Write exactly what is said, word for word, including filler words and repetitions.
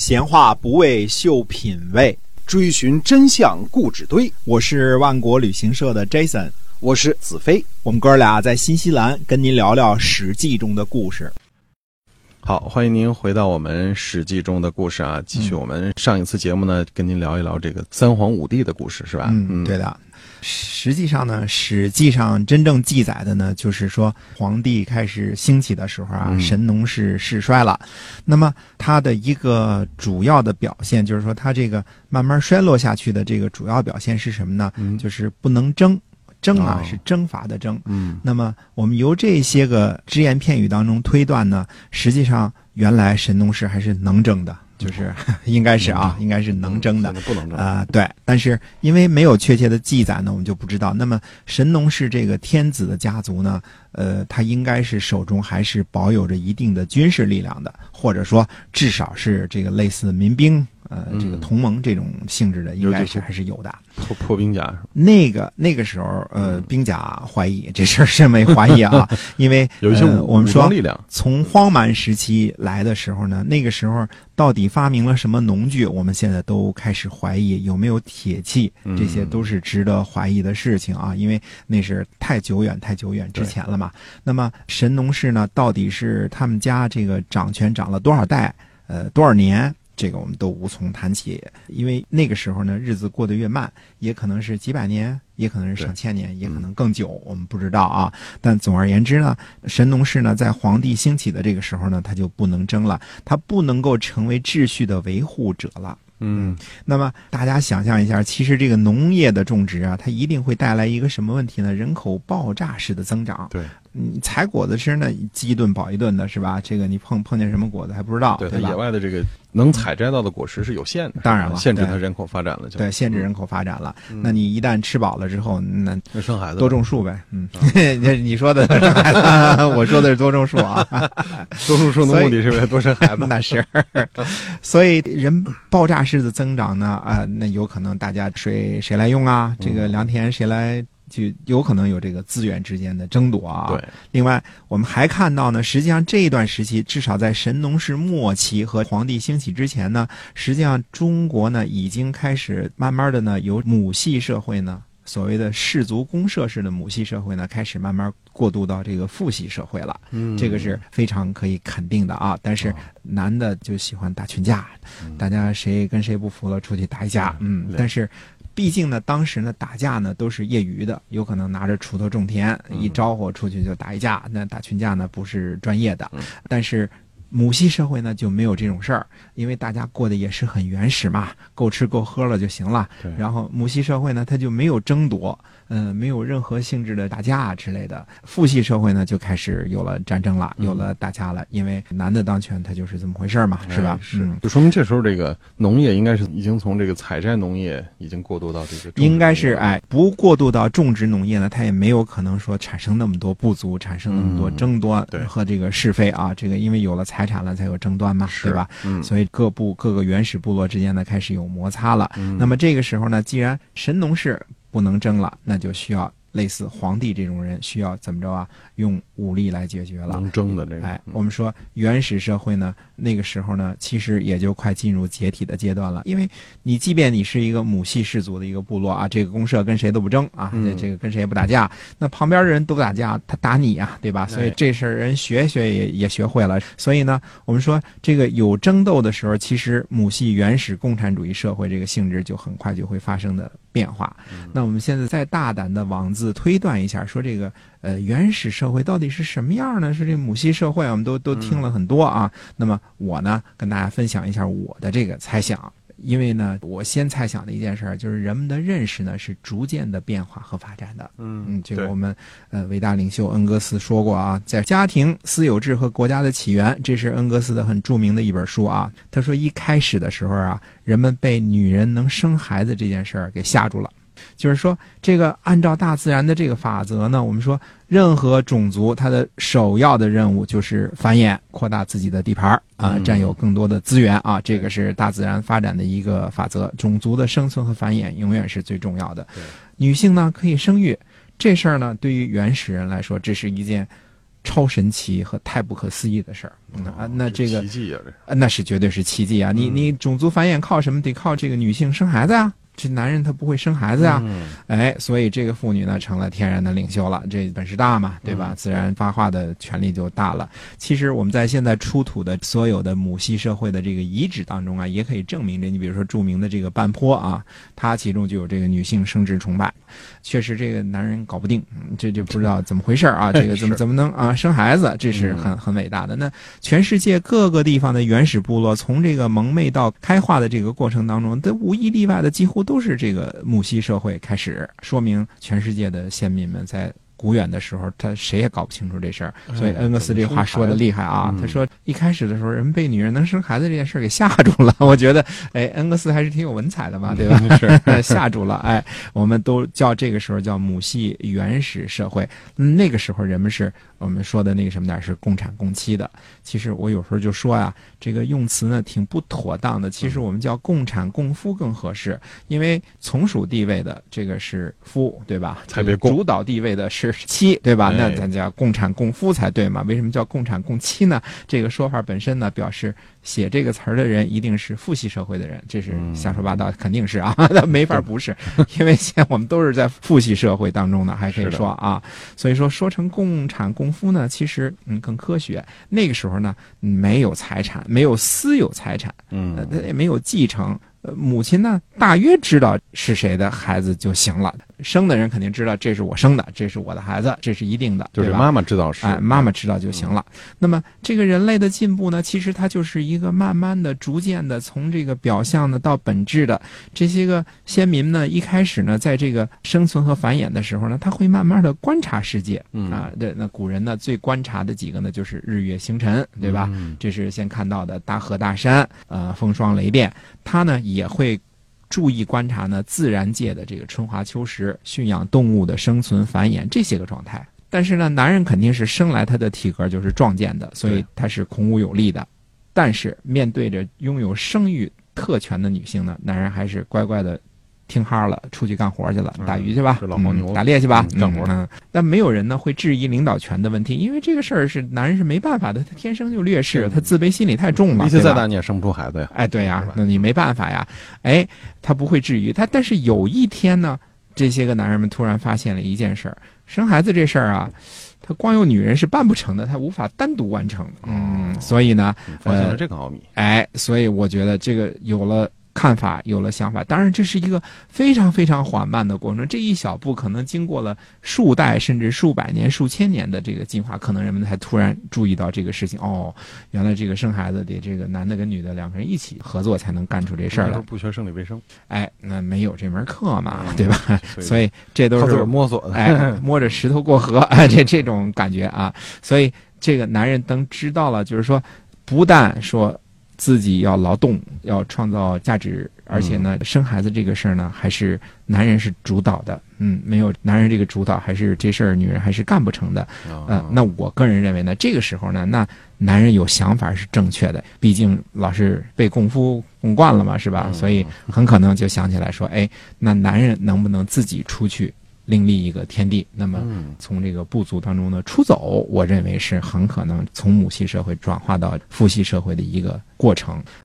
闲话不为秀品味， 追寻真相故纸堆。 我是万国旅行社的 Jason， 我是子飞。 我们哥俩在新西兰跟您聊聊《史记》中的故事。 好，欢迎您回到我们《史记》中的故事啊！继续我们上一次节目呢，跟您聊一聊这个三皇五帝的故事，是吧？ 嗯，对的。实际上呢，《史记》上真正记载的呢，就是说皇帝开始兴起的时候啊，嗯、神农氏世衰了。那么他的一个主要的表现，就是说他这个慢慢衰落下去的这个主要表现是什么呢？嗯、就是不能征。征啊、哦、是征伐的征，嗯，那么我们由这些个只言片语当中推断呢，实际上原来神农氏还是能征的，就是应该是啊，应该是能征的， 不能征啊、呃，对。但是因为没有确切的记载呢，我们就不知道。那么神农氏这个天子的家族呢，呃，他应该是手中还是保有着一定的军事力量的，或者说至少是这个类似民兵。呃，这个同盟这种性质的，应该是还是有的。 破破兵甲， 那个那个时候，呃，兵甲怀疑这事儿是没怀疑啊，因为有一些、呃、 我们说力量。 从荒蛮时期来的时候呢，那个时候到底发明了什么农具，我们现在都开始怀疑有没有铁器，这些都是值得怀疑的事情啊，因为那是太久远太久远之前了嘛。那么神农氏呢，到底是他们家这个掌权掌了多少代，呃，多少年？这个我们都无从谈起，因为那个时候呢，日子过得越慢，也可能是几百年，也可能是上千年，也可能更久，我们不知道啊。但总而言之呢，神农氏呢，在皇帝兴起的这个时候呢，他就不能争了，他不能够成为秩序的维护者了。 嗯， 那么大家想象一下，其实这个农业的种植啊，它一定会带来一个什么问题呢？人口爆炸式的增长。 对， 你采果子吃呢，饥一顿饱一顿的，是吧？这个你碰碰见什么果子还不知道， 对， 对吧？ 野外的这个能采摘到的果实是有限的， 当然了， 限制它人口发展了就， 对，限制人口发展了。嗯、那你一旦吃饱了之后，那那生孩子多种树呗。嗯，嗯你说的生孩子，我说的是多种树啊。 多种树的目的是为了多生孩子， 那是。所以人爆炸式的增长呢，啊、呃，那有可能大家水谁来用啊？这个良田谁来？就有可能有这个资源之间的争夺啊。 对。 另外，我们还看到呢，实际上这一段时期，至少在神农氏末期和皇帝兴起之前呢，实际上中国呢已经开始慢慢的呢由母系社会呢，所谓的氏族公社式的母系社会呢，开始慢慢过渡到这个父系社会了。嗯，这个是非常可以肯定的啊。但是男的就喜欢打群架，嗯、大家谁跟谁不服了，出去打一架。嗯，但是。毕竟呢，当时呢打架呢都是业余的，有可能拿着锄头种田，一招呼出去就打一架。那打群架呢不是专业的，但是母系社会呢就没有这种事儿，因为大家过得也是很原始嘛，够吃够喝了就行了。然后母系社会呢，它就没有争夺，嗯、呃，没有任何性质的打架啊之类的。父系社会呢就开始有了战争了，有了打架了，因为男的当权，他就是这么回事嘛，是吧？ 是，嗯、就说明这时候这个农业应该是已经从这个采摘农业已经过渡到这个种植农业， 应该是哎，不过渡到种植农业呢，它也没有可能说产生那么多不足，产生那么多争夺和这个是非啊。嗯、这个因为有了财产了才有争端嘛，对吧？嗯，所以各部各个原始部落之间呢开始有摩擦了。嗯、那么这个时候呢，既然神农氏不能争了，那就需要类似皇帝这种人需要怎么着啊？用武力来解决了。 能争的这个， 哎，我们说原始社会呢，那个时候呢，其实也就快进入解体的阶段了。因为你即便你是一个母系氏族的一个部落啊，这个公社跟谁都不争啊，嗯、这个跟谁也不打架，那旁边的人都不打架，他打你啊，对吧？所以这事儿人学学也也学会了。所以呢，我们说这个有争斗的时候，其实母系原始共产主义社会这个性质就很快就会发生的变化。嗯、那我们现在再大胆的往自推断一下，说这个。呃，原始社会到底是什么样呢？是这母系社会，我们都都听了很多啊。嗯、那么我呢，跟大家分享一下我的这个猜想。因为呢，我先猜想的一件事儿就是人们的认识呢是逐渐的变化和发展的。嗯嗯，这个我们呃伟大领袖恩格斯说过啊，在《家庭、私有制和国家的起源》，这是恩格斯的很著名的一本书啊。他说一开始的时候啊，人们被女人能生孩子这件事儿给吓住了。就是说，这个按照大自然的这个法则呢，我们说任何种族它的首要的任务就是繁衍，扩大自己的地盘啊，占有更多的资源啊，这个是大自然发展的一个法则。种族的生存和繁衍永远是最重要的。女性呢可以生育，这事儿呢对于原始人来说，这是一件超神奇和太不可思议的事儿。嗯啊，那这个奇迹啊， 这那是绝对是奇迹啊！你你种族繁衍靠什么？得靠这个女性生孩子啊！这男人他不会生孩子呀、啊嗯，哎，所以这个妇女呢成了天然的领袖了，这本事大嘛，对吧？嗯、自然发话的权利就大了。其实我们在现在出土的所有的母系社会的这个遗址当中啊，也可以证明这。你比如说著名的这个半坡啊，它其中就有这个女性生殖崇拜。确实，这个男人搞不定，这就不知道怎么回事啊！这个怎么怎么能啊生孩子？这是很很伟大的。那全世界各个地方的原始部落，从这个蒙昧到开化的这个过程当中，都无一例外的几乎都是这个母系社会开始，说明全世界的先民们在古远的时候，他谁也搞不清楚这事儿。所以恩格斯这话说的厉害啊！ 嗯、 他说一开始的时候，人被女人能生孩子这件事给吓住了。我觉得，哎，恩格斯还是挺有文采的嘛，对吧？是吓住了。哎，我们都叫这个时候叫母系原始社会。那个时候人们是我们说的那个什么点是共产共妻的。其实我有时候就说呀、啊，这个用词呢挺不妥当的。其实我们叫共产共夫更合适，因为从属地位的这个是夫，对吧？ 才别共。 主导地位的是妻，对吧？那咱叫共产共夫才对嘛？为什么叫共产共妻呢？这个说法本身呢，表示写这个词儿的人一定是父系社会的人，这是瞎说八道，肯定是啊，那没法不是，因为现在我们都是在父系社会当中呢，还可以说啊，所以说说成共产共夫呢，其实嗯更科学。那个时候呢，没有财产，没有私有财产，嗯，也没有继承。呃，母亲呢，大约知道是谁的孩子就行了。生的人肯定知道这是我生的，这是我的孩子，这是一定的， 就是妈妈知道是， 哎，妈妈知道就行了。嗯、那么这个人类的进步呢，其实它就是一个慢慢的、逐渐的，从这个表象的到本质的。这些个先民呢，一开始呢，在这个生存和繁衍的时候呢，他会慢慢的观察世界，嗯啊，这那古人呢最观察的几个呢，就是日月星辰，对吧？嗯、这是先看到的大河大山，呃，风霜雷电，他呢也会。注意观察呢自然界的这个春华秋实，驯养动物的生存繁衍这些个状态。但是呢，男人肯定是生来他的体格就是壮健的，所以他是孔武有力的。但是面对着拥有生育特权的女性呢，男人还是乖乖的听哈了，出去干活去了，打鱼去吧， 嗯、老牦牛、 嗯，打猎去吧， 嗯、干活。 嗯，但没有人呢会质疑领导权的问题，因为这个事儿是男人是没办法的，他天生就劣势，他自卑心理太重了。 力气再大你也生不出孩子呀。 哎，对呀，那你没办法呀。哎，他不会质疑他，但是有一天呢，这些个男人们突然发现了一件事儿：生孩子这事儿啊，他光有女人是办不成的，他无法单独完成。嗯，所以呢， 发现了这个奥秘。 哎，所以我觉得这个有了。看法有了想法，当然这是一个非常非常缓慢的过程，这一小步可能经过了数代甚至数百年数千年的这个进化，可能人们才突然注意到这个事情。哦，原来这个生孩子得这个男的跟女的两个人一起合作才能干出这事儿来。 不学生理卫生， 哎，那没有这门课嘛，对吧？所以, 所以这都是摸索的， 哎，摸着石头过河，哎，这这种感觉啊。所以这个男人等知道了，就是说，不但说。自己要劳动，要创造价值，而且呢，嗯、生孩子这个事儿呢，还是男人是主导的。嗯，没有男人这个主导，还是这事儿女人还是干不成的。哦、呃，那我个人认为呢，这个时候呢，那男人有想法是正确的，毕竟老是被供夫供惯了嘛，是吧？嗯、所以很可能就想起来说，哎，那男人能不能自己出去？另立一个天地，那么从这个部族当中呢出走，我认为是很可能从母系社会转化到父系社会的一个过程。